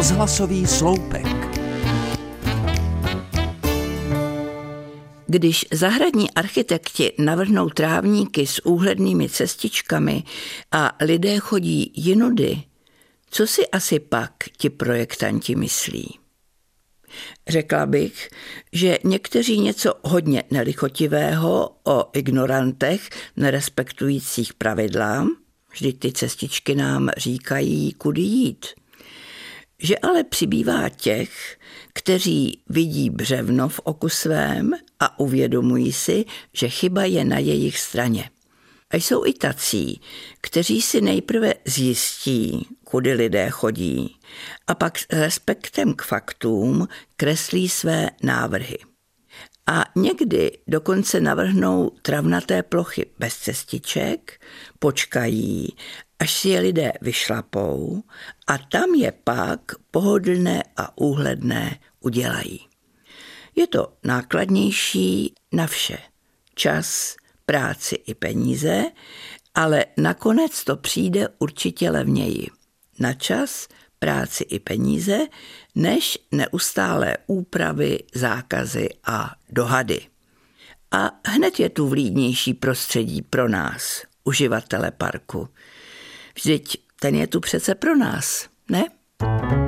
Rozhlasový sloupek. Když zahradní architekti navrhnou trávníky s úhlednými cestičkami a lidé chodí jinudy, co si asi pak ti projektanti myslí? Řekla bych, že někteří něco hodně nelichotivého o ignorantech nerespektujících pravidlám, vždyť ty cestičky nám říkají, kudy jít. Že ale přibývá těch, kteří vidí břevno v oku svém a uvědomují si, že chyba je na jejich straně. A jsou i tací, kteří si nejprve zjistí, kudy lidé chodí, a pak s respektem k faktům kreslí své návrhy. A někdy dokonce navrhnou travnaté plochy bez cestiček, počkají, až si je lidé vyšlapou a tam je pak pohodlné a úhledné udělají. Je to nákladnější na vše. Čas, práci i peníze, ale nakonec to přijde určitě levněji. Na čas, práci i peníze, než neustálé úpravy, zákazy a dohady. A hned je tu vlídnější prostředí pro nás, uživatele parku. Vždyť ten je tu přece pro nás, ne?